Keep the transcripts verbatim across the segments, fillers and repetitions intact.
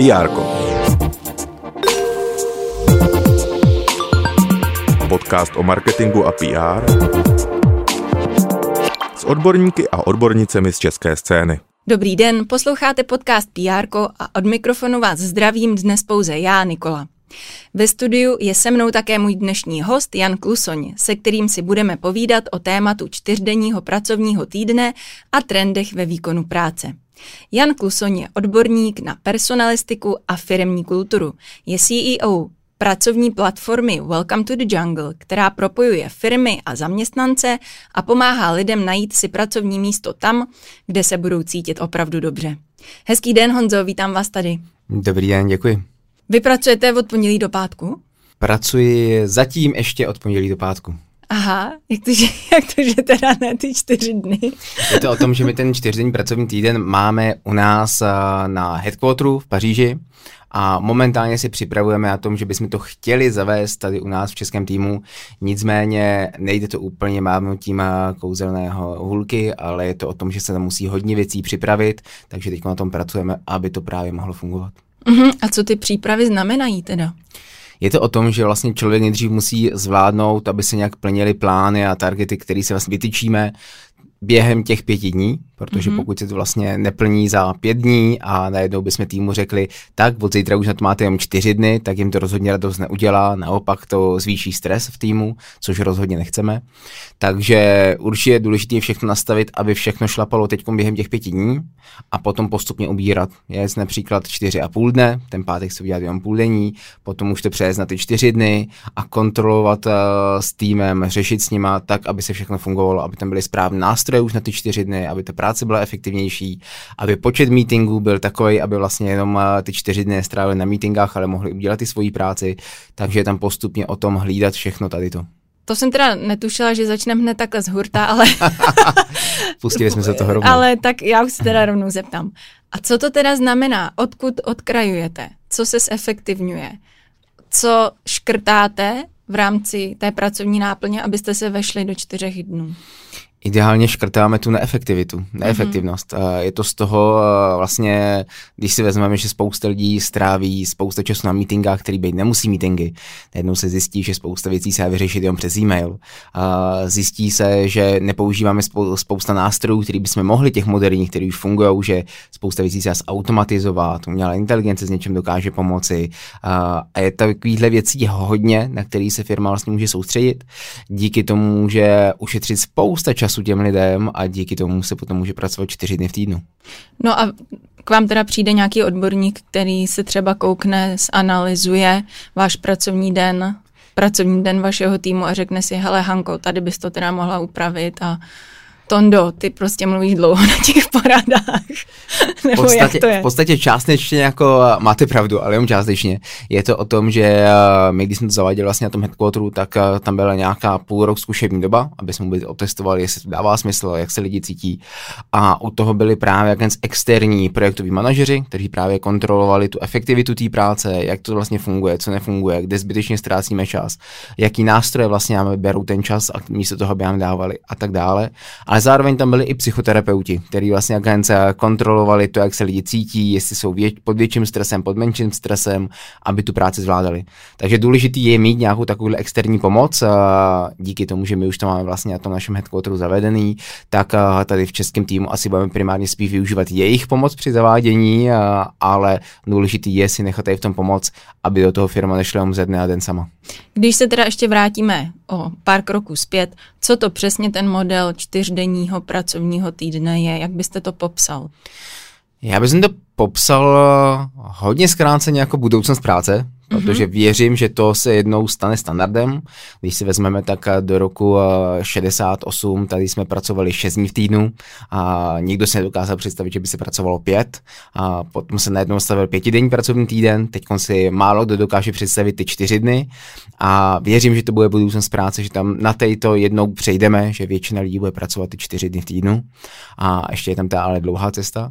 P R ko. Podcast o marketingu a P R s odborníky a odbornicemi z české scény. Dobrý den, posloucháte podcast P R ko a od mikrofonu vás zdravím dnes pouze já, Nikola. Ve studiu je se mnou také můj dnešní host Jan Klusoň, se kterým si budeme povídat o tématu čtyřdenního pracovního týdne a trendech ve výkonu práce. Jan Klusoň je odborník na personalistiku a firemní kulturu. Je C E O pracovní platformy Welcome to the Jungle, která propojuje firmy a zaměstnance a pomáhá lidem najít si pracovní místo tam, kde se budou cítit opravdu dobře. Hezký den, Honzo, vítám vás tady. Dobrý den, děkuji. Vy pracujete od pondělí do pátku? Pracuji zatím ještě od pondělí do pátku. Aha, jak to, že, jak to, že teda ne ty čtyři dny? Je to o tom, že my ten čtyřdenní pracovní týden máme u nás na headquarteru v Paříži a momentálně si připravujeme na tom, že bychom to chtěli zavést tady u nás v českém týmu, nicméně nejde to úplně mávnutím kouzelného hůlky, ale je to o tom, že se tam musí hodně věcí připravit, takže teď na tom pracujeme, aby to právě mohlo fungovat. Uh-huh. A co ty přípravy znamenají teda? Je to o tom, že vlastně člověk nejdřív musí zvládnout, aby se nějak plnily plány a targety, které se vlastně vytyčíme během těch pěti dní, protože mm-hmm. pokud se to vlastně neplní za pět dní a najednou bychom týmu řekli, tak od zítra už na to máte jenom čtyři dny, tak jim to rozhodně radost neudělá, naopak to zvýší stres v týmu, což rozhodně nechceme. Takže určitě je důležité všechno nastavit, aby všechno šlapalo teď během těch pěti dní a potom postupně ubírat. Je například čtyři a půl dne, ten pátek se udělat jenom půl denní, potom už to přejít na ty čtyři dny a kontrolovat uh, s týmem, řešit s nima tak, aby se všechno fungovalo, aby tam byly správné nástroje už na ty čtyři dny, aby ta práce byla efektivnější, aby počet meetingů byl takový, aby vlastně jenom ty čtyři dny nestrávili na meetingách, ale mohli udělat i svoji práci, takže je tam postupně o tom hlídat všechno tady to. To jsem teda netušila, že začneme hned takhle z hurta, ale... Pustili jsme se toho rovnou. Ale tak já už se teda rovnou zeptám. A co to teda znamená? Odkud odkrajujete? Co se zefektivňuje? Co škrtáte v rámci té pracovní náplně, abyste se vešli do čtyřech dnů? Ideálně škrtáme tu neefektivitu, neefektivnost. Mm-hmm. Je to z toho vlastně, když si vezmeme, že spousta lidí stráví spousta času na meetingách, který být nemusí meetingy. Najednou se zjistí, že spousta věcí se dá vyřešit jenom přes e-mail. Zjistí se, že nepoužíváme spousta nástrojů, který bychom mohli, těch moderních, který už fungují, že spousta věcí se dá zautomatizovat, umělá inteligence s něčem dokáže pomoci. A je takovýhle věcí hodně, na který se firma vlastně může soustředit. Díky tomu může ušetřit spousta času těm lidem a díky tomu se potom může pracovat čtyři dny v týdnu. No a k vám teda přijde nějaký odborník, který se třeba koukne, zanalyzuje váš pracovní den, pracovní den vašeho týmu a řekne si, hele Hanko, tady bys to teda mohla upravit a Tondo, ty prostě mluvíš dlouho na těch poradách. Nebo podstatě, jak to je? V podstatě částečně jako máte pravdu, ale jenom částečně. Je to o tom, že my, když jsme to zaváděli vlastně na tom headquarteru, tak tam byla nějaká půl rok zkušební doba, aby jsme vůbec otestovali, jestli to dává smysl, jak se lidi cítí. A u toho byli právě jak externí projektoví manažeři, kteří právě kontrolovali tu efektivitu té práce, jak to vlastně funguje, co nefunguje, kde zbytečně ztrácíme čas, jaký nástroje vlastně nám berou ten čas a místo toho by nám dávali a tak dále. Ale zároveň tam byli i psychoterapeuti, kteří vlastně kontrolovali to, jak se lidi cítí, jestli jsou vě- pod větším stresem, pod menším stresem, aby tu práci zvládali. Takže důležitý je mít nějakou takovou externí pomoc. A díky tomu, že my už to máme vlastně na tom našem headquarteru zavedený, tak tady v českém týmu asi budeme primárně spíš využívat jejich pomoc při zavádění, ale důležitý je si nechat tady v tom pomoc, aby do toho firma nešla jenom ze dne na den sama. Když se teda ještě vrátíme o pár kroků zpět, co to přesně ten model čtyřdenního pracovního týdne je, jak byste to popsal? Já bych to popsal hodně zkráceně jako budoucnost práce, protože věřím, že to se jednou stane standardem. Když si vezmeme, tak do roku šedesát osm tady jsme pracovali šest dní v týdnu a nikdo si nedokázal představit, že by se pracovalo pět. A potom se najednou stavil pětidenní pracovní týden, teď si málo kdo dokáže představit ty čtyři dny a věřím, že to bude budoucnost práce, že tam na této jednou přejdeme, že většina lidí bude pracovat ty čtyři dny v týdnu a ještě je tam ta ale dlouhá cesta.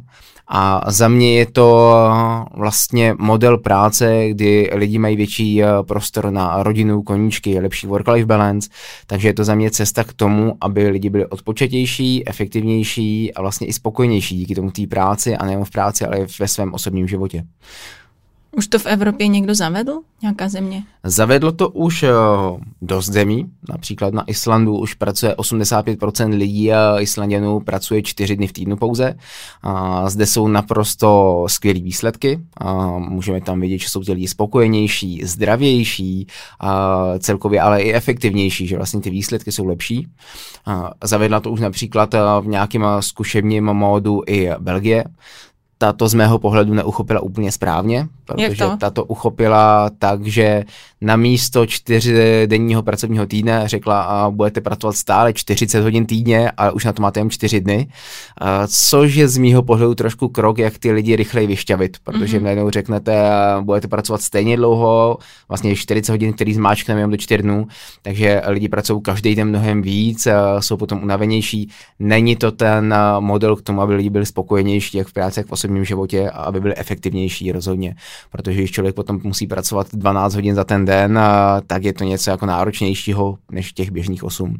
A za mě je to vlastně model práce, kdy lidi mají větší prostor na rodinu, koníčky, lepší work-life balance, takže je to za mě cesta k tomu, aby lidi byli odpočatější, efektivnější a vlastně i spokojnější díky tomu té práci a nejen v práci, ale i ve svém osobním životě. Už to v Evropě někdo zavedl? Nějaká země? Zavedlo to už dost zemí. Například na Islandu už pracuje osmdesát pět procent lidí a Islanděnů pracuje čtyři dny v týdnu pouze. A zde jsou naprosto skvělé výsledky. A můžeme tam vidět, že jsou ty lidi spokojenější, zdravější, a celkově ale i efektivnější, že vlastně ty výsledky jsou lepší. A zavedla to už například v nějakém zkušebním módu i Belgie. Tato z mého pohledu neuchopila úplně správně, protože tato uchopila tak, že na místo čtyřdenního pracovního týdne řekla, a budete pracovat stále čtyřicet hodin týdně, ale už na to máte jen čtyři dny, což je z mýho pohledu trošku krok, jak ty lidi rychleji vyšťavit, protože mm-hmm. najednou řeknete, budete pracovat stejně dlouho, vlastně čtyřicet hodin, který zmáčkneme jen do čtyř dnů, takže lidi pracují každý den mnohem víc, jsou potom unavenější. Není to ten model k tomu, aby lidi byli spokojenější, jak v práci, jak v osobním životě, a aby byli efektivnější rozhodně, protože když člověk potom musí pracovat dvanáct hodin za ten den, tak je to něco jako náročnějšího než těch běžných osm.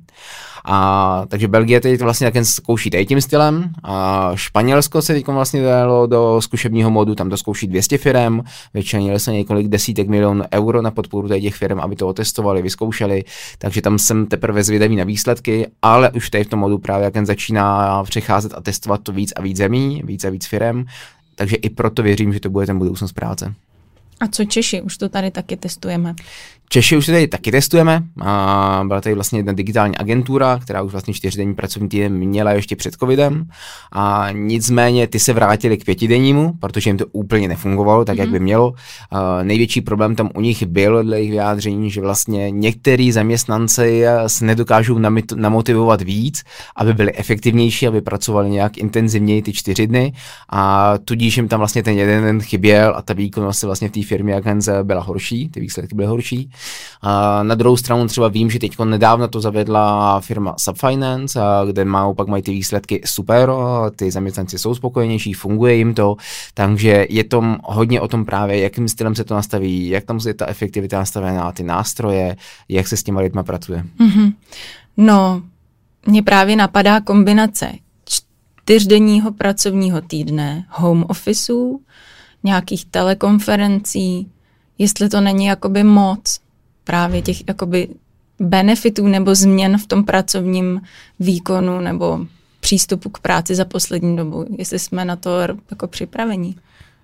A takže Belgie teď vlastně taky zkouší tady tím stylem. A Španělsko se teď vlastně dalo do zkušebního modu, tam to zkouší dvě stě firem, vyčlenili se několik desítek milionů euro na podporu těch firm, aby to otestovali, vyzkoušeli, takže tam jsem teprve zvědavý na výsledky, ale už tady v tom modu právě jak začíná přecházet a testovat to víc a víc zemí, víc a víc firem, takže i proto věřím, že to bude ten budoucnost práce. A co Češi? Už to tady taky testujeme. Češi už tady taky testujeme. A byla tady vlastně jedna digitální agentura, která už vlastně čtyřdenní pracovní týden měla ještě před covidem. A nicméně ty se vrátili k pětidennímu, protože jim to úplně nefungovalo tak, mm-hmm. jak by mělo. A největší problém tam u nich byl, dle jejich vyjádření, že vlastně některý zaměstnanci se nedokážou namotivovat víc, aby byli efektivnější, aby pracovali nějak intenzivněji ty čtyři dny. A tudíž jim tam vlastně ten jeden den chyběl a ta výkonnost vlastně v té firmě Agenze byla horší, ty výsledky byly horší. A na druhou stranu třeba vím, že teď nedávno to zavedla firma Subfinance, kde má, pak mají ty výsledky super, ty zaměstnanci jsou spokojenější, funguje jim to, takže je to hodně o tom právě, jakým stylem se to nastaví, jak tam je ta efektivita nastavená, ty nástroje, jak se s těma lidma pracuje. Mm-hmm. No, mně právě napadá kombinace čtyřdenního pracovního týdne, home officeů, nějakých telekonferencí, jestli to není jakoby moc právě těch jakoby benefitů nebo změn v tom pracovním výkonu nebo přístupu k práci za poslední dobu, jestli jsme na to jako připraveni.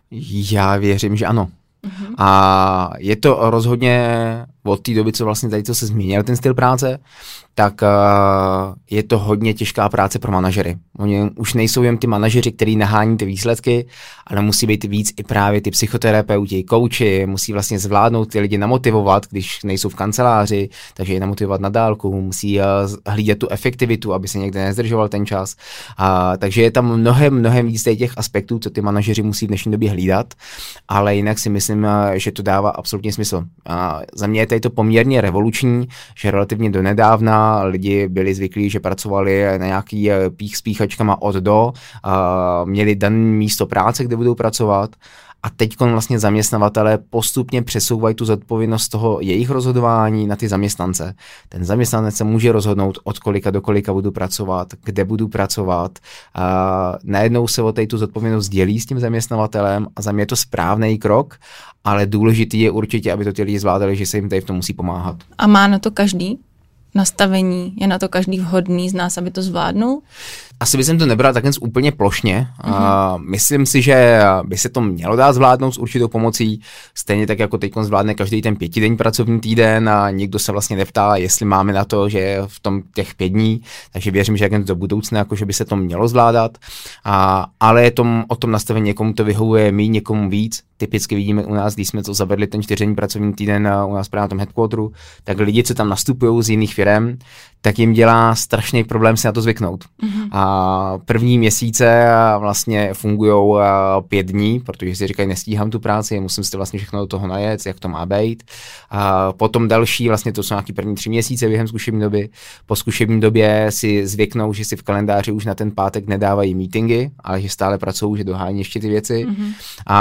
Já věřím, že ano. Uh-huh. A je to rozhodně od té doby, co vlastně tady to se změnil ten styl práce, tak uh, je to hodně těžká práce pro manažery. Oni už nejsou jen ty manažeři, kteří nahání ty výsledky, ale musí být víc i právě ty psychoterapeuti, kouči, musí vlastně zvládnout ty lidi namotivovat, když nejsou v kanceláři, takže je namotivovat na dálku, musí uh, hlídat tu efektivitu, aby se někde nezdržoval ten čas. Uh, takže je tam mnohem, mnohem víc těch aspektů, co ty manažeři musí v dnešní době hlídat, ale jinak si myslím, uh, že to dává absolutně smysl. Uh, za mě je tady to poměrně revoluční, že relativně donedávna lidi byli zvyklí, že pracovali na nějaký pích s píchačkama od do, a měli dané místo práce, kde budou pracovat. A teď vlastně zaměstnavatelé postupně přesouvají tu zodpovědnost toho jejich rozhodování na ty zaměstnance. Ten zaměstnanec se může rozhodnout, od kolika do kolika budu pracovat, kde budu pracovat. A najednou se o té tu zodpovědnost dělí s tím zaměstnavatelem a za mě je to správný krok, ale důležitý je určitě, aby to ty lidi zvládali, že se jim tady v tom musí pomáhat. A má na to každý nastavení? Je na to každý vhodný z nás, aby to zvládnul? Asi bych to nebral takhle úplně plošně. Mm-hmm. Uh, myslím si, že by se to mělo dát zvládnout s určitou pomocí, stejně tak jako teď zvládne každý ten pětidenní pracovní týden a nikdo se vlastně neptá, jestli máme na to, že je v tom těch pět dní, takže věřím, že jak do budoucna, jako že by se to mělo zvládat, a, ale je to o tom nastavení, někomu to vyhovuje méně, někomu víc. Typicky vidíme u nás, když jsme to zavedli ten čtyřdenní pracovní týden u nás právě na tom headquarteru, tak lidi, co tam nastupují z jiných firem, tak jim dělá strašný problém si na to zvyknout. Mm-hmm. A první měsíce vlastně fungujou pět dní, protože si říkají, nestíhám tu práci, musím si to vlastně všechno do toho najet, jak to má být. A potom další, vlastně to jsou nějaký první tři měsíce během zkušební doby. Po zkušební době si zvyknou, že si v kalendáři už na ten pátek nedávají meetingy, ale že stále pracují, že dohání ještě ty věci. Mm-hmm.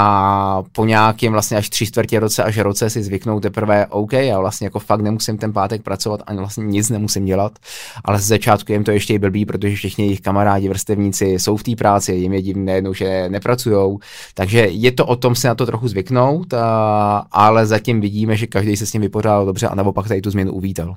A po nějakém vlastně až tři čtvrtě roce až roce si zvyknou teprve OK, já vlastně jako fakt nemusím ten pátek pracovat, ani vlastně nic nemusím dělat. pracovat, ale z začátku jim to ještě i blbý, protože všichni jejich kamarádi, vrstevníci jsou v té práci, jim je divné najednou, že nepracujou, takže je to o tom si na to trochu zvyknout, a, ale zatím vidíme, že každý se s tím vypořádal dobře a naopak tady tu změnu uvítal.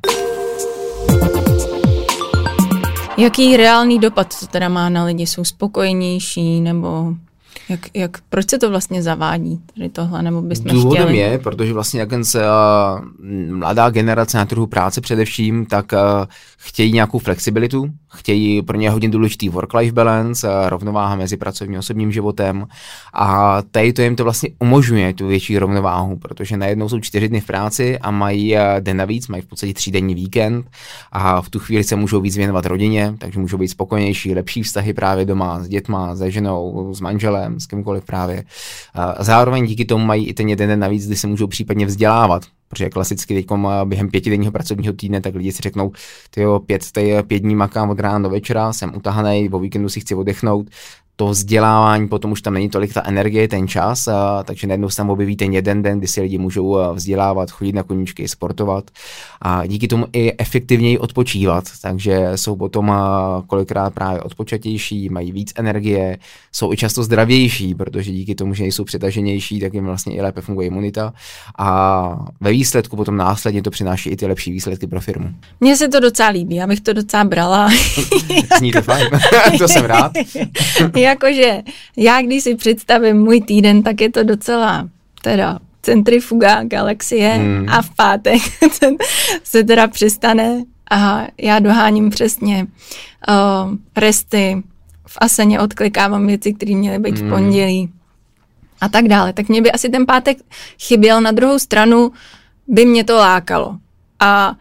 Jaký reálný dopad to teda má na lidi? Jsou spokojenější nebo jak, jak, proč se to vlastně zavádí tady tohle, nebo bychom Důvodem chtěli? je, protože vlastně jak se uh, mladá generace na trhu práce především, tak uh, chtějí nějakou flexibilitu, chtějí pro ně hodně důležitý work-life balance, uh, rovnováha mezi pracovním a osobním životem a tady to jim to vlastně umožňuje tu větší rovnováhu, protože najednou jsou čtyři dny v práci a mají uh, den navíc, mají v podstatě třídenní víkend a v tu chvíli se můžou víc věnovat rodině, takže můžou být spokojenější, lepší vztahy právě doma s dětma, se ženou, s manželem, s kýmkoliv právě. A zároveň díky tomu mají i ten jeden den navíc, kdy se můžou případně vzdělávat, protože klasicky teď během pětidenního pracovního týdne, tak lidi si řeknou, tyjo, pět, tady pět dní makám od rána do večera, jsem utahanej, o víkendu si chci oddechnout. To vzdělávání, potom už tam není tolik ta energie, ten čas, a, takže najednou se tam objeví ten jeden den, kdy si lidi můžou vzdělávat, chodit na koníčky, sportovat a díky tomu i efektivněji odpočívat, takže jsou potom kolikrát právě odpočatější, mají víc energie, jsou i často zdravější, protože díky tomu, že nejsou přetaženější, tak jim vlastně i lépe funguje imunita a ve výsledku potom následně to přináší i ty lepší výsledky pro firmu. Mně se to docela líbí, já bych to docela brala. Zní to fajn, to jsem rád. Jakože já, když si představím můj týden, tak je to docela teda centrifuga, galaxie hmm. a v pátek se teda přestane a já doháním přesně uh, resty, v Aseně odklikávám věci, které měly být hmm. v pondělí a tak dále. Tak mě by asi ten pátek chyběl, na druhou stranu by mě to lákalo. A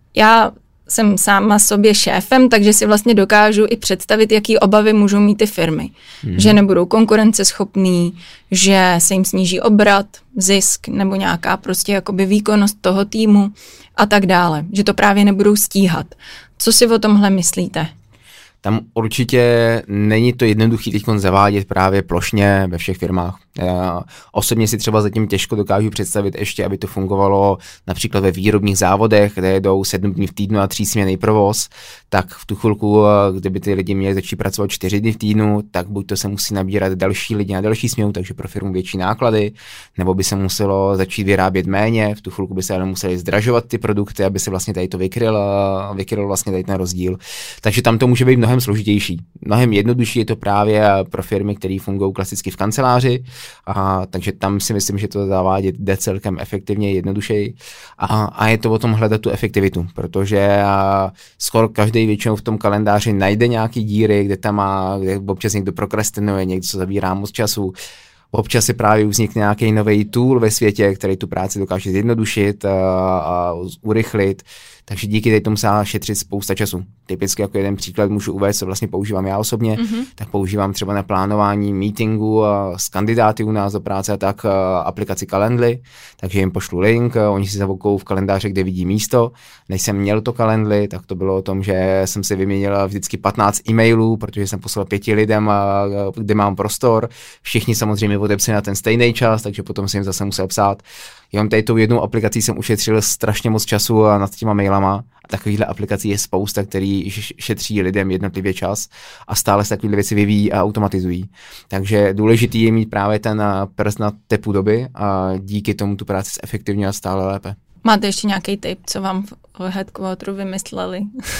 já jsem sama sobě šéfem, takže si vlastně dokážu i představit, jaký obavy můžou mít ty firmy. Hmm. Že nebudou konkurenceschopný, že se jim sníží obrat, zisk nebo nějaká prostě jakoby výkonnost toho týmu a tak dále. Že to právě nebudou stíhat. Co si o tomhle myslíte? Tam určitě není to jednoduchý teď zavádět právě plošně ve všech firmách. Já osobně si třeba zatím těžko dokážu představit ještě, aby to fungovalo například ve výrobních závodech, kde jedou sedm dní v týdnu a tří směnný provoz, tak v tu chvilku, kdyby ty lidi měli začít pracovat čtyři dny v týdnu, tak buď to se musí nabírat další lidi na další směnu, takže pro firmu větší náklady, nebo by se muselo začít vyrábět méně, v tu chvilku by se ale museli zdražovat ty produkty, aby se vlastně tady to vykryl, vykryl vlastně tady ten rozdíl. Takže tam to může být mnohem složitější. Mnohem jednodušší je to právě pro firmy, které fungují klasicky v kanceláři, a takže tam si myslím, že to zavádět jde celkem efektivně, jednodušeji a, a je to o tom hledat tu efektivitu, protože skoro každý většinou v tom kalendáři najde nějaký díry, kde tam má, kde občas někdo prokrastinuje, někdo se zabírá moc času, občas si právě vznikne nějaký nový tool ve světě, který tu práci dokáže zjednodušit a, a urychlit. Takže díky tomu se dá šetřit spousta času. Typicky jako jeden příklad můžu uvést, co vlastně používám já osobně, mm-hmm. tak používám třeba na plánování meetingu s kandidáty u nás do práce a tak aplikaci Calendly, takže jim pošlu link, oni si zavokou v kalendáři, kde vidí místo. Než jsem měl to Calendly, tak to bylo o tom, že jsem si vyměnil vždycky patnáct e-mailů, protože jsem poslal pěti lidem, kde mám prostor. Všichni samozřejmě odepsali na ten stejný čas, takže potom jsem jim zase musel psát. Jenom tady tou jednou aplikací jsem ušetřil strašně moc času nad těma mailama. A takovýchhle aplikací je spousta, který šetří lidem jednotlivě čas a stále se takovýhle věci vyvíjí a automatizují. Takže důležitý je mít právě ten prst na tepu doby a díky tomu tu práci zefektivňovat stále lépe. Máte ještě nějaký tip, co vám v headquarteru vymysleli?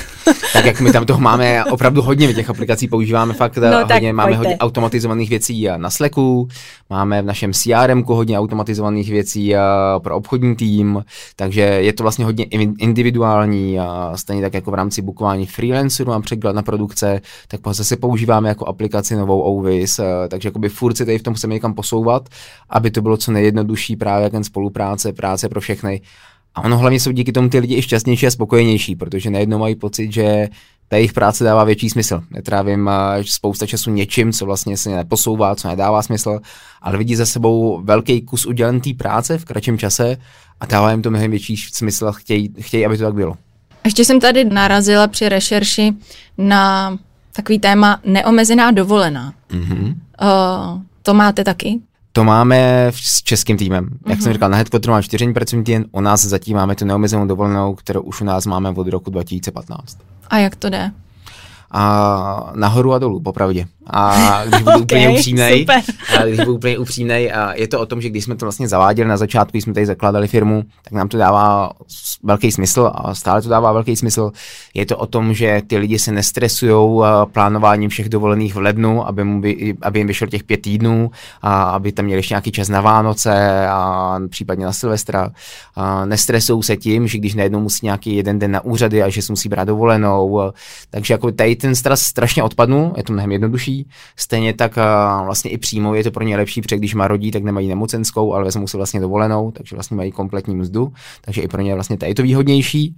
Tak jak my tam toho máme opravdu hodně, my těch aplikací používáme fakt no, hodně, máme pojďte. hodně automatizovaných věcí na Slacku, máme v našem C R M ku hodně automatizovaných věcí pro obchodní tým, takže je to vlastně hodně individuální a stejně tak jako v rámci bookování freelancerů například na produkce, tak zase používáme jako aplikaci novou Ovis, takže jakoby furt se tady v tom chceme někam posouvat, aby to bylo co nejjednodušší právě jak spolupráce, práce pro všechny. A ono hlavně jsou díky tomu ty lidi i šťastnější a spokojenější, protože najednou mají pocit, že ta jejich práce dává větší smysl. Netrávím spousta času něčím, co vlastně se neposouvá, co nedává smysl, ale vidí za sebou velký kus udělané té práce v kratším čase a dává jim to mnohem větší smysl a chtějí, chtějí, aby to tak bylo. Ještě jsem tady narazila při rešerši na takový téma neomezená dovolená. Mm-hmm. Uh, to máte taky? To máme s českým týmem. Jak mm-hmm. jsem říkal, na headquarteru máme čtyři pracovní týden, u nás zatím máme tu neomezenou dovolenou, kterou už u nás máme od roku dva tisíce patnáct. A jak to jde? A nahoru a dolů, popravdě. A když budu úplně okay, upřímnej, a když budu úplně upřímnej, a je to o tom, že když jsme to vlastně zaváděli na začátku, když jsme tady zakládali firmu, tak nám to dává velký smysl a stále to dává velký smysl. Je to o tom, že ty lidi se nestresujou plánováním všech dovolených v lednu, aby, mu by, aby jim vyšlo těch pět týdnů, a aby tam měli ještě nějaký čas na Vánoce a případně na Silvestra. A nestresují se tím, že když najednou musí nějaký jeden den na úřady a že si musí brát dovolenou. Takže jako tady ten stres strašně odpadnul, je to mnohem jednodušší. Stejně tak a vlastně i přímo je to pro ně lepší, protože když má rodí, tak nemají nemocenskou, ale vezmou si vlastně dovolenou, takže vlastně mají kompletní mzdu, takže i pro ně vlastně tady je to výhodnější,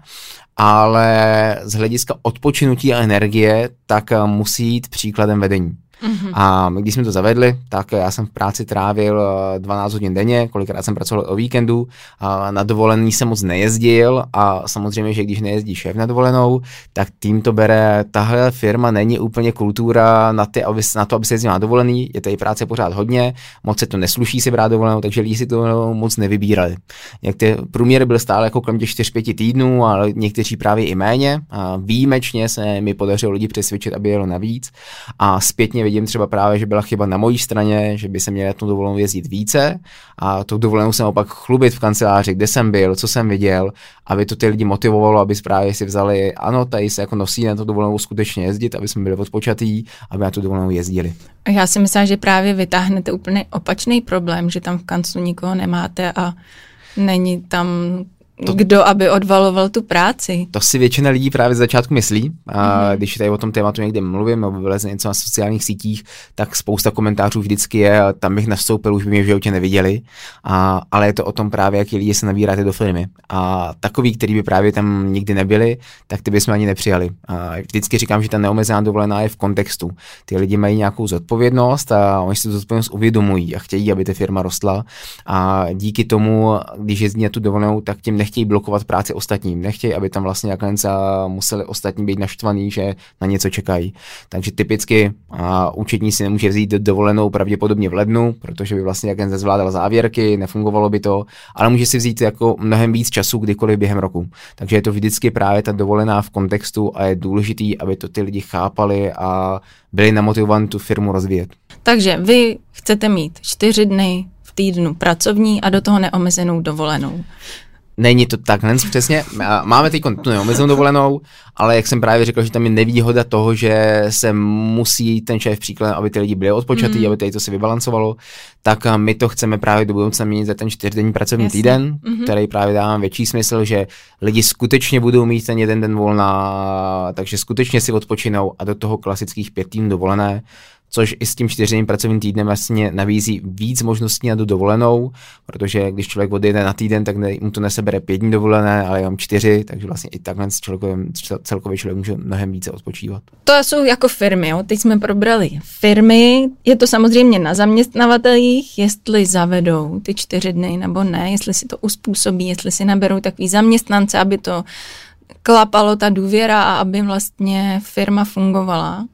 ale z hlediska odpočinutí a energie, tak musí jít příkladem vedení. Mm-hmm. A my, když jsme to zavedli, tak já jsem v práci trávil dvanáct hodin denně, kolikrát jsem pracoval o víkendu, a na dovolený jsem moc nejezdil a samozřejmě, že když nejezdí šéf na dovolenou, tak tým to bere, tahle firma není úplně kultura na, ty, aby, na to, aby se jezdil na dovolený, je tady práce pořád hodně, moc se to nesluší si brát dovolenou, takže lidi si to moc nevybírali. Jak ty průměry byly stále jako kolem těch čtyři pět týdnů, ale někteří právě i méně. A výjimečně se mi podařilo lidi přesvědčit, aby jelo navíc a zpětně vidím třeba právě, že byla chyba na mojí straně, že by se měl tu dovolenou jezdit více a tu dovolenou jsem opak chlubit v kanceláři, kde jsem byl, co jsem viděl, aby to ty lidi motivovalo, aby právě si vzali, ano, tady se jako nosí na tu dovolenou skutečně jezdit, aby jsme byli odpočatý, aby na tu dovolenou jezdili. Já si myslím, že právě vytáhnete úplně opačný problém, že tam v kanclu nikoho nemáte a není tam To, kdo aby odvaloval tu práci. To si většina lidí právě z začátku myslí. A mm-hmm. když tady o tom tématu někde mluvím, nebo vyleze něco na sociálních sítích, tak spousta komentářů vždycky je, tam bych nastoupil, už by mě v životě neviděli. A, ale je to o tom právě, jaký lidi se nabíráte do firmy. A takový, který by právě tam nikdy nebyli, tak ty bychom ani nepřijali. A vždycky říkám, že ta neomezená dovolená je v kontextu. Ty lidi mají nějakou zodpovědnost a oni si tu zodpovědnost uvědomují a chtějí, aby ta firma rostla. A díky tomu, když jezdí na tu dovolenou, tak tím nechtějí blokovat práci ostatním, nechtějí, aby tam vlastně nakonec museli ostatní být naštvaný, že na něco čekají. Takže typicky a, účetní si nemůže vzít dovolenou pravděpodobně v lednu, protože by vlastně jak nezvládal závěrky, nefungovalo by to, ale může si vzít jako mnohem víc času kdykoliv během roku. Takže je to vždycky právě ta dovolená v kontextu a je důležitý, aby to ty lidi chápali a byli namotivovaní tu firmu rozvíjet. Takže vy chcete mít čtyři dny v týdnu pracovní a do toho neomezenou dovolenou. Není to takhle přesně. Máme teď tu neomezenou dovolenou, ale jak jsem právě řekl, že tam je nevýhoda toho, že se musí ten šéf příkladem, aby ty lidi byli odpočatý, mm. aby tady to se vybalancovalo, tak my to chceme právě do budoucna měnit za ten čtyřdenní pracovní Jasně. týden, mm-hmm. který právě dává větší smysl, že lidi skutečně budou mít ten jeden den volna, takže skutečně si odpočinou a do toho klasických pět týdnů dovolené, což i s tím čtyřdenním pracovním týdnem vlastně navízí víc možností na tu dovolenou, protože když člověk odjede na týden, tak ne, mu to nesebere pět dní dovolené, ale jenom čtyři, takže vlastně i takhle celkově člověk může mnohem více odpočívat. To jsou jako firmy, jo? Teď jsme probrali firmy, je to samozřejmě na zaměstnavatelích, jestli zavedou ty čtyři dny nebo ne, jestli si to uspůsobí, jestli si naberou takový zaměstnance, aby to klapalo ta důvěra a aby vlastně firma fungovala.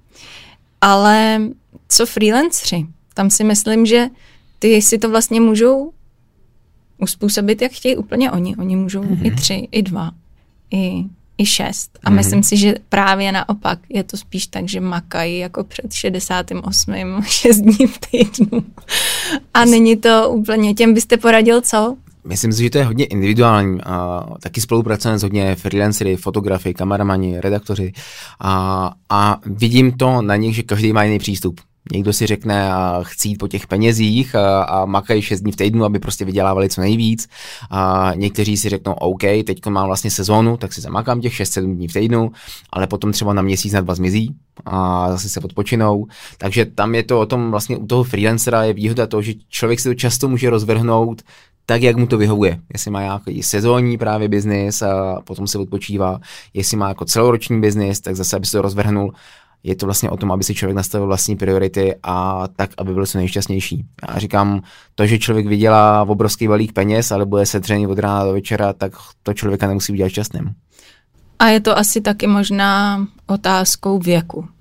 Ale co freelancři? Tam si myslím, že ty si to vlastně můžou uspůsobit, jak chtějí úplně oni. Oni můžou mm-hmm. i tři, i dva, i, i šest. A mm-hmm. myslím si, že právě naopak je to spíš tak, že makají jako před šedesátým osmým šest dní v týdnu. A není to úplně, těm byste poradil co? Myslím si, že to je hodně individuální. A taky spolupracujeme s hodně freelancery, fotografy, kameramani, redaktoři. A, a vidím to na nich, že každý má jiný přístup. Někdo si řekne, a chci jít po těch penězích a, a makají šest dní v týdnu, aby prostě vydělávali co nejvíc. A někteří si řeknou, OK, teď mám vlastně sezónu, tak si zamakám těch šest sedm dní v týdnu, ale potom třeba na měsíc, na dva zmizí a zase se odpočinou. Takže tam je to o tom, vlastně u toho freelancera je výhoda toho, že člověk si to často může rozvrhnout tak, jak mu to vyhovuje. Jestli má nějaký sezónní právě biznis a potom se odpočívá, jestli má jako celoroční biznis, tak zase, aby se to rozvrhnul. Je to vlastně o tom, aby si člověk nastavil vlastní priority a tak, aby byl co nejšťastnější. Já říkám, to, že člověk vydělá obrovský balík peněz, ale bude sedřený od rána do večera, tak to člověka nemusí udělat šťastným. A je to asi taky možná otázkou věku.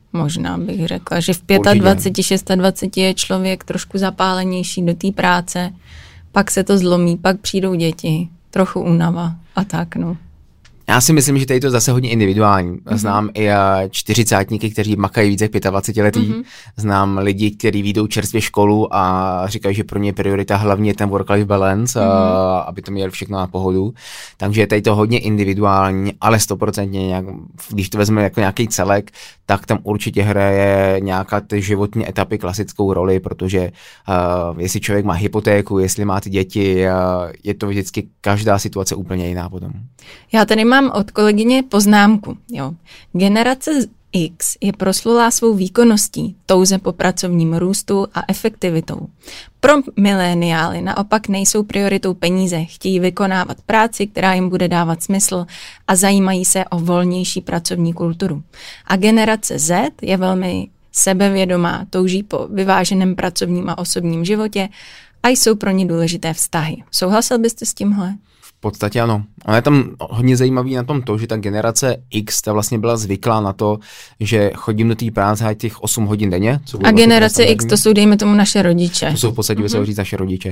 Možná bych řekla, že v dvacet pět, dvacet šest je člověk trošku zapálenější do té práce, pak se to zlomí, pak přijdou děti, trochu únava a tak, no. Já si myslím, že tady je to zase hodně individuální. Mm-hmm. Znám i čtyřicátníky, kteří makají více jak dvacet pět letý. Mm-hmm. Znám lidi, kteří vyjdou čerstvě školu a říkají, že pro ně priorita hlavně je ten work-life balance, mm-hmm. a, aby to měli všechno na pohodu. Takže tady to hodně individuální, ale stoprocentně, nějak, když to vezmeme jako nějaký celek, tak tam určitě hraje nějaká ty životní etapy klasickou roli, protože uh, jestli člověk má hypotéku, jestli má ty děti, uh, je to vždycky každá situace úplně jiná potom. Já tady mám od kolegyně poznámku. Jo. Generace X je proslulá svou výkonností, touze po pracovním růstu a efektivitou. Pro mileniály naopak nejsou prioritou peníze, chtějí vykonávat práci, která jim bude dávat smysl a zajímají se o volnější pracovní kulturu. A generace Z je velmi sebevědomá, touží po vyváženém pracovním a osobním životě a jsou pro ně důležité vztahy. Souhlasil byste s tímhle? V podstatě ano. Ono je tam hodně zajímavý na tom to, že ta generace X ta vlastně byla zvyklá na to, že chodím do té práce těch osm hodin denně. Co a generace X to jsou, dejme tomu, naše rodiče. To jsou v podstatě, mm-hmm. říct, naše rodiče.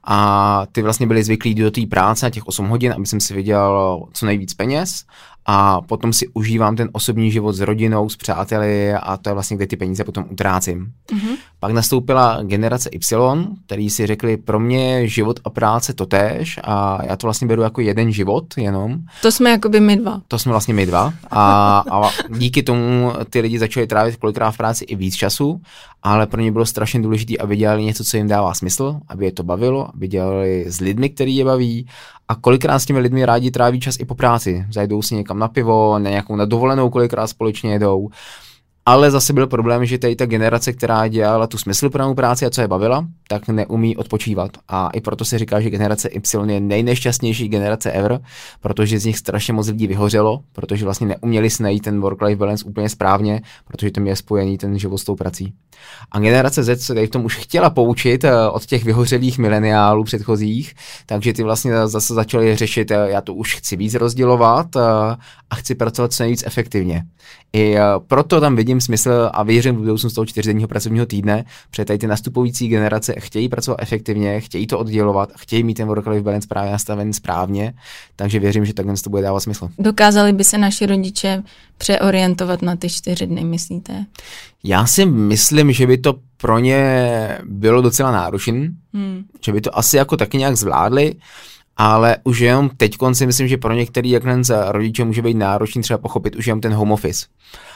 A ty vlastně byli zvyklí do té práce těch osm hodin, aby jsem si vydělal co nejvíc peněz. A potom si užívám ten osobní život s rodinou, s přáteli a to je vlastně, kde ty peníze potom utrácím. Mm-hmm. Pak nastoupila generace Y, který si řekli, pro mě život a práce totéž a já to vlastně beru jako jeden život jenom. To jsme jakoby my dva. To jsme vlastně my dva a, a díky tomu ty lidi začali trávit kolikrát v práci i víc času, ale pro ně bylo strašně důležité, aby dělali něco, co jim dává smysl, aby je to bavilo, aby dělali s lidmi, který je baví. A kolikrát s těmi lidmi rádi tráví čas i po práci. Zajdou si někam na pivo, na nějakou na dovolenou, kolikrát společně jedou. Ale zase byl problém, že tady ta generace, která dělala tu smysluplnou práci a co je bavila, tak neumí odpočívat. A i proto se říká, že generace Y je nejnešťastnější generace ever, protože z nich strašně moc lidí vyhořelo, protože vlastně neuměli si najít ten work-life balance úplně správně, protože to je spojený ten život s tou prací. A generace Z se tady v tom už chtěla poučit od těch vyhořelých mileniálů předchozích, takže ty vlastně zase začali řešit, já to už chci víc rozdělovat a chci pracovat co nejvíc efektivně. I proto tam vidím smysl a věřím v budoucnost toho čtyřdenního pracovního týdne, protože tady ty nastupující generace chtějí pracovat efektivně, chtějí to oddělovat, chtějí mít ten work-life balance právě nastaven správně, takže věřím, že takhle to bude dávat smysl. Dokázali by se naši rodiče přeorientovat na ty čtyři dny, myslíte? Já si myslím, že by to pro ně bylo docela náročné, hmm. že by to asi jako taky nějak zvládli, ale už jenom teď si myslím, že pro některý jakhle rodiče může být náročný třeba pochopit už jenom ten home office.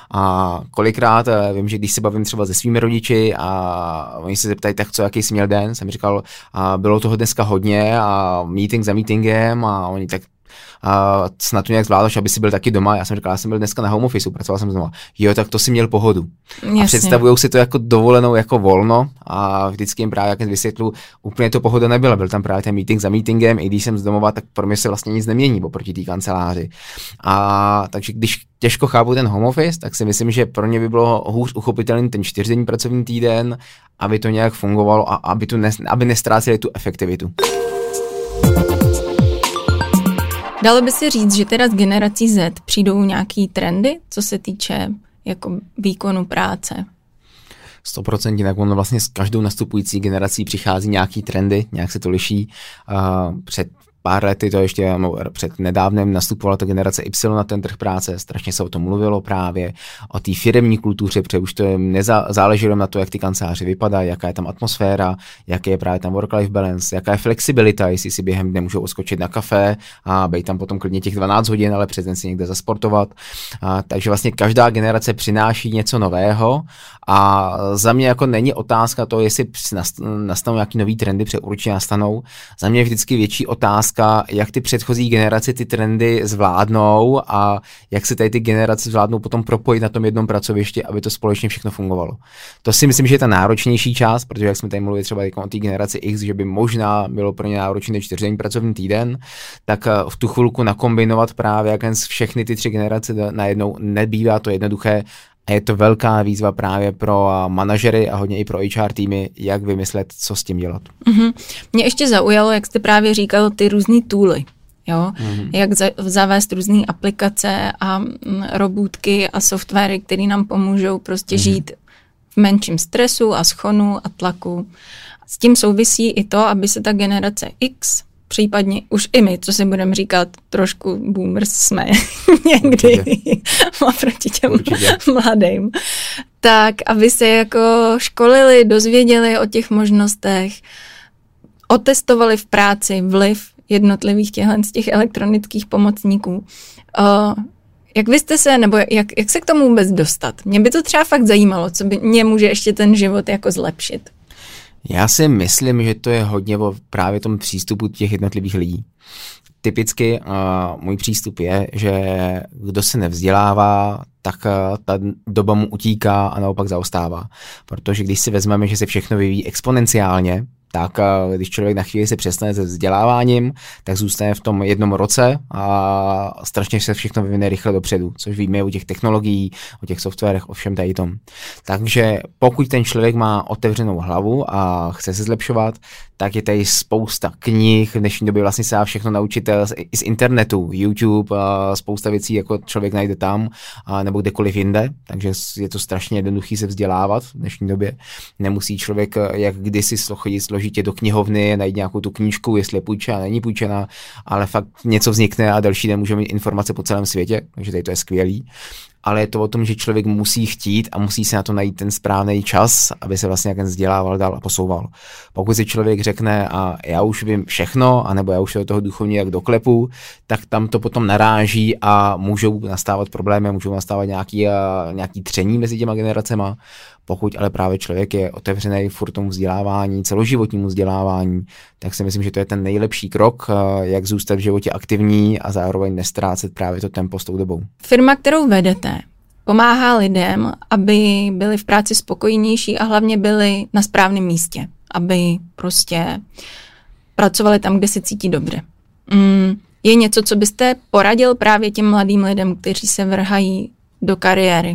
A kolikrát vím, že když se bavím třeba se svými rodiči a oni se zeptají, tak co, jaký jsi měl den, jsem říkal, a bylo toho dneska hodně a meeting za meetingem a oni tak a snad to nějak zvládáš, aby si byl taky doma. Já jsem říkal, já jsem byl dneska na home office, pracoval jsem doma. Jo, tak to si měl pohodu. Jasně. A představujou si to jako dovolenou, jako volno a vždycky jim právě jak vysvětlu, úplně to pohoda nebyla. Byl tam právě ten meeting za meetingem, i když jsem z domova, tak pro mě se vlastně nic nemění oproti té kanceláři. A takže když těžko chápu ten home office, tak si myslím, že pro ně by bylo hůř uchopitelný ten čtyřdenní pracovní týden, aby to nějak fungovalo a aby, tu ne, aby nestráceli tu efektivitu. Dalo by se říct, že teda z generací Z přijdou nějaký trendy, co se týče jako výkonu práce? sto procent, jinak ono vlastně s každou nastupující generací přichází nějaký trendy, nějak se to liší. Uh, před pár lety to ještě no, před nedávnem nastupovala ta generace Y na ten trh práce, strašně se o tom mluvilo právě, o té firemní kultuře, protože už to záleželo na to, jak ty kanceláře vypadají, jaká je tam atmosféra, jaký je právě tam work-life balance, jaká je flexibilita, jestli si během dne můžou odskočit na kafe a být tam potom klidně těch dvanáct hodin, ale přes den si někde zasportovat. A, takže vlastně každá generace přináší něco nového a za mě jako není otázka to, jestli nastanou nějaký nový trendy, protože určitě nastanou. Za mě je vždycky větší otázka, jak ty předchozí generace ty trendy zvládnou a jak se tady ty generace zvládnou potom propojit na tom jednom pracovišti, aby to společně všechno fungovalo. To si myslím, že je ta náročnější část, protože jak jsme tady mluvili třeba o té generaci X, že by možná bylo pro ně náročný čtyřdenní pracovní týden, tak v tu chvilku nakombinovat právě jak všechny ty tři generace najednou nebývá to jednoduché. A je to velká výzva právě pro manažery a hodně i pro H R týmy, jak vymyslet, co s tím dělat. Mm-hmm. Mě ještě zaujalo, jak jste právě říkal, ty různý tooly. Jo? Mm-hmm. Jak za, zavést různé aplikace a mm, robůtky a softwary, které nám pomůžou prostě mm-hmm. žít v menším stresu a schonu a tlaku. S tím souvisí i to, aby se ta generace X, případně už i my, co si budeme říkat, trošku boomers jsme někdy oproti těm Určitě. mladým, tak aby se jako školili, dozvěděli o těch možnostech, otestovali v práci vliv jednotlivých těchto z těch elektronických pomocníků. Uh, jak vy jste se, nebo jak, jak se k tomu vůbec dostat? Mě by to třeba fakt zajímalo, co by mě může ještě ten život jako zlepšit. Já si myslím, že to je hodně o právě tom přístupu těch jednotlivých lidí. Typicky uh, můj přístup je, že kdo se nevzdělává, tak uh, ta doba mu utíká a naopak zaostává. Protože když si vezmeme, že se všechno vyvíjí exponenciálně, tak když člověk na chvíli se přestane se vzděláváním, tak zůstane v tom jednom roce a strašně se všechno vyvine rychle dopředu, což víme o těch technologií, o těch softwarech, o všem tady tom. Takže pokud ten člověk má otevřenou hlavu a chce se zlepšovat, tak je tady spousta knih, v dnešní době vlastně se dá všechno naučit i z internetu, YouTube, spousta věcí, jako člověk najde tam, nebo kdekoliv jinde, takže je to strašně jednoduchý se vzdělávat v dnešní době. Nemusí člověk, jak kdysi chodit složitě do knihovny, najít nějakou tu knížku, jestli je půjčená, není půjčená, ale fakt něco vznikne a další den můžeme mít informace po celém světě, takže tady to je skvělý. Ale je to o tom, že člověk musí chtít a musí se na to najít ten správný čas, aby se vlastně jak vzdělával dál a posouval. Pokud si člověk řekne, a já už vím všechno, anebo já už do toho duchovně jak doklepu, tak tam to potom naráží a můžou nastávat problémy, můžou nastávat nějaký, nějaký tření mezi těma generacema. Pokud ale právě člověk je otevřený furt tomu vzdělávání, celoživotnímu vzdělávání, tak si myslím, že to je ten nejlepší krok, jak zůstat v životě aktivní a zároveň nestrácet právě to tempo s tou dobou. Firma, kterou vedete, pomáhá lidem, aby byli v práci spokojnější a hlavně byli na správném místě, aby prostě pracovali tam, kde se cítí dobře. Mm, je něco, co byste poradil právě těm mladým lidem, kteří se vrhají do kariéry?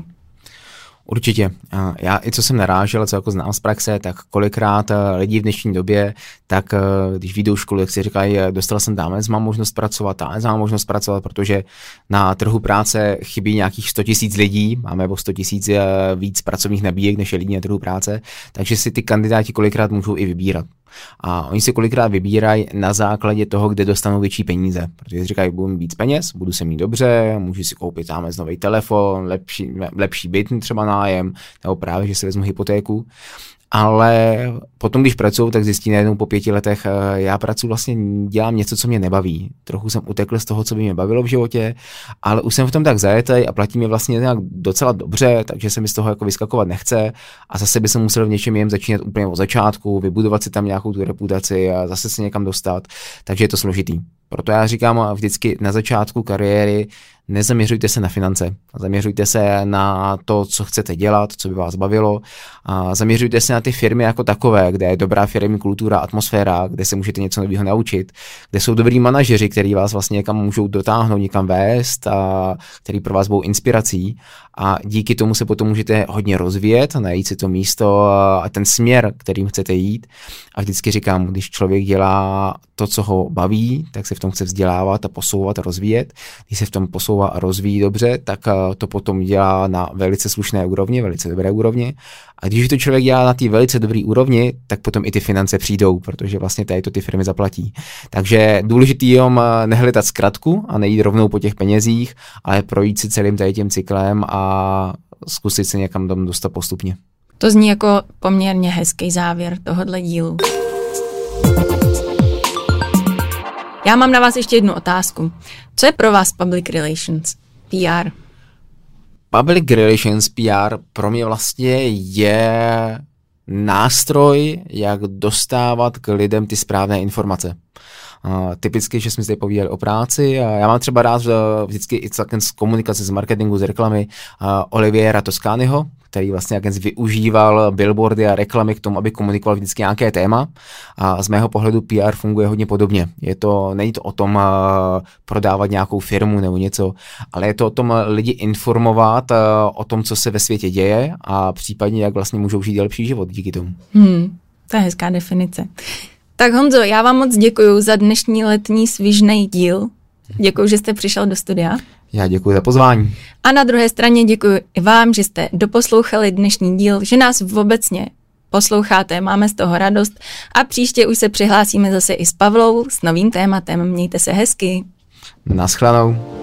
Určitě. Já i co jsem narážel, co jako znám z praxe, tak kolikrát lidi v dnešní době, tak když vyjdou školu, tak si říkají, dostal jsem tamhle, mám možnost pracovat, tamhle mám možnost pracovat, protože na trhu práce chybí nějakých sto tisíc lidí, máme o sto tisíc víc pracovních nabíjek, než je lidí na trhu práce, takže si ty kandidáti kolikrát můžou i vybírat. A oni si kolikrát vybírají na základě toho, kde dostanou větší peníze. Protože si říkají, budu mít víc peněz, budu se mít dobře, můžu si koupit tamhle nový telefon, lepší, lepší byt, třeba nájem, nebo právě, že si vezmu hypotéku. Ale potom, když pracuju, tak zjistí najednou po pěti letech, já pracuji vlastně, dělám něco, co mě nebaví. Trochu jsem utekl z toho, co by mě bavilo v životě, ale už jsem v tom tak zajetej a platí mě vlastně nějak docela dobře, takže se mi z toho jako vyskakovat nechce a zase by se musel v něčem jen začínat úplně od začátku, vybudovat si tam nějakou tu reputaci a zase se někam dostat, takže je to složitý. Proto já říkám vždycky na začátku kariéry, nezaměřujte se na finance, zaměřujte se na to, co chcete dělat, co by vás bavilo, a zaměřujte se na ty firmy jako takové, kde je dobrá firmní kultura, atmosféra, kde se můžete něco nového naučit, kde jsou dobrý manažeři, kteří vás vlastně někam můžou dotáhnout, někam vést a který pro vás budou inspirací a díky tomu se potom můžete hodně rozvíjet, najít si to místo a ten směr, kterým chcete jít. A vždycky říkám, když člověk dělá to, co ho baví, tak se v tom chce vzdělávat a posouvat a rozvíjet. Když se v tom posouvá a rozvíjí dobře, tak to potom dělá na velice slušné úrovni, velice dobré úrovni. A když to člověk dělá na té velice dobré úrovni, tak potom i ty finance přijdou, protože vlastně tady to ty firmy zaplatí. Takže důležitý je nehledat zkratku a nejít rovnou po těch penězích, ale projít si celým tady tím cyklem a zkusit se někam tam dostat postupně. To zní jako poměrně hezký závěr tohohle dílu. Já mám na vás ještě jednu otázku. Co je pro vás public relations, P R? Public relations, P R pro mě vlastně je nástroj, jak dostávat k lidem ty správné informace. Uh, typicky, že jsme zde povídali o práci a já mám třeba rád uh, vždycky i celkem z komunikace, z marketingu, z reklamy uh, Oliviera Toscaniho, který vlastně jak využíval billboardy a reklamy k tomu, aby komunikoval vždycky nějaké téma a z mého pohledu P R funguje hodně podobně. Je to, není to o tom uh, prodávat nějakou firmu nebo něco, ale je to o tom lidi informovat uh, o tom, co se ve světě děje a případně jak vlastně můžou žít lepší život díky tomu. Hmm, to je hezká definice. Tak Honzo, já vám moc děkuju za dnešní letní svižnej díl. Děkuji, že jste přišel do studia. Já děkuji za pozvání. A na druhé straně děkuji i vám, že jste doposlouchali dnešní díl, že nás obecně posloucháte, máme z toho radost a příště už se přihlásíme zase i s Pavlou s novým tématem. Mějte se hezky. Naschledanou.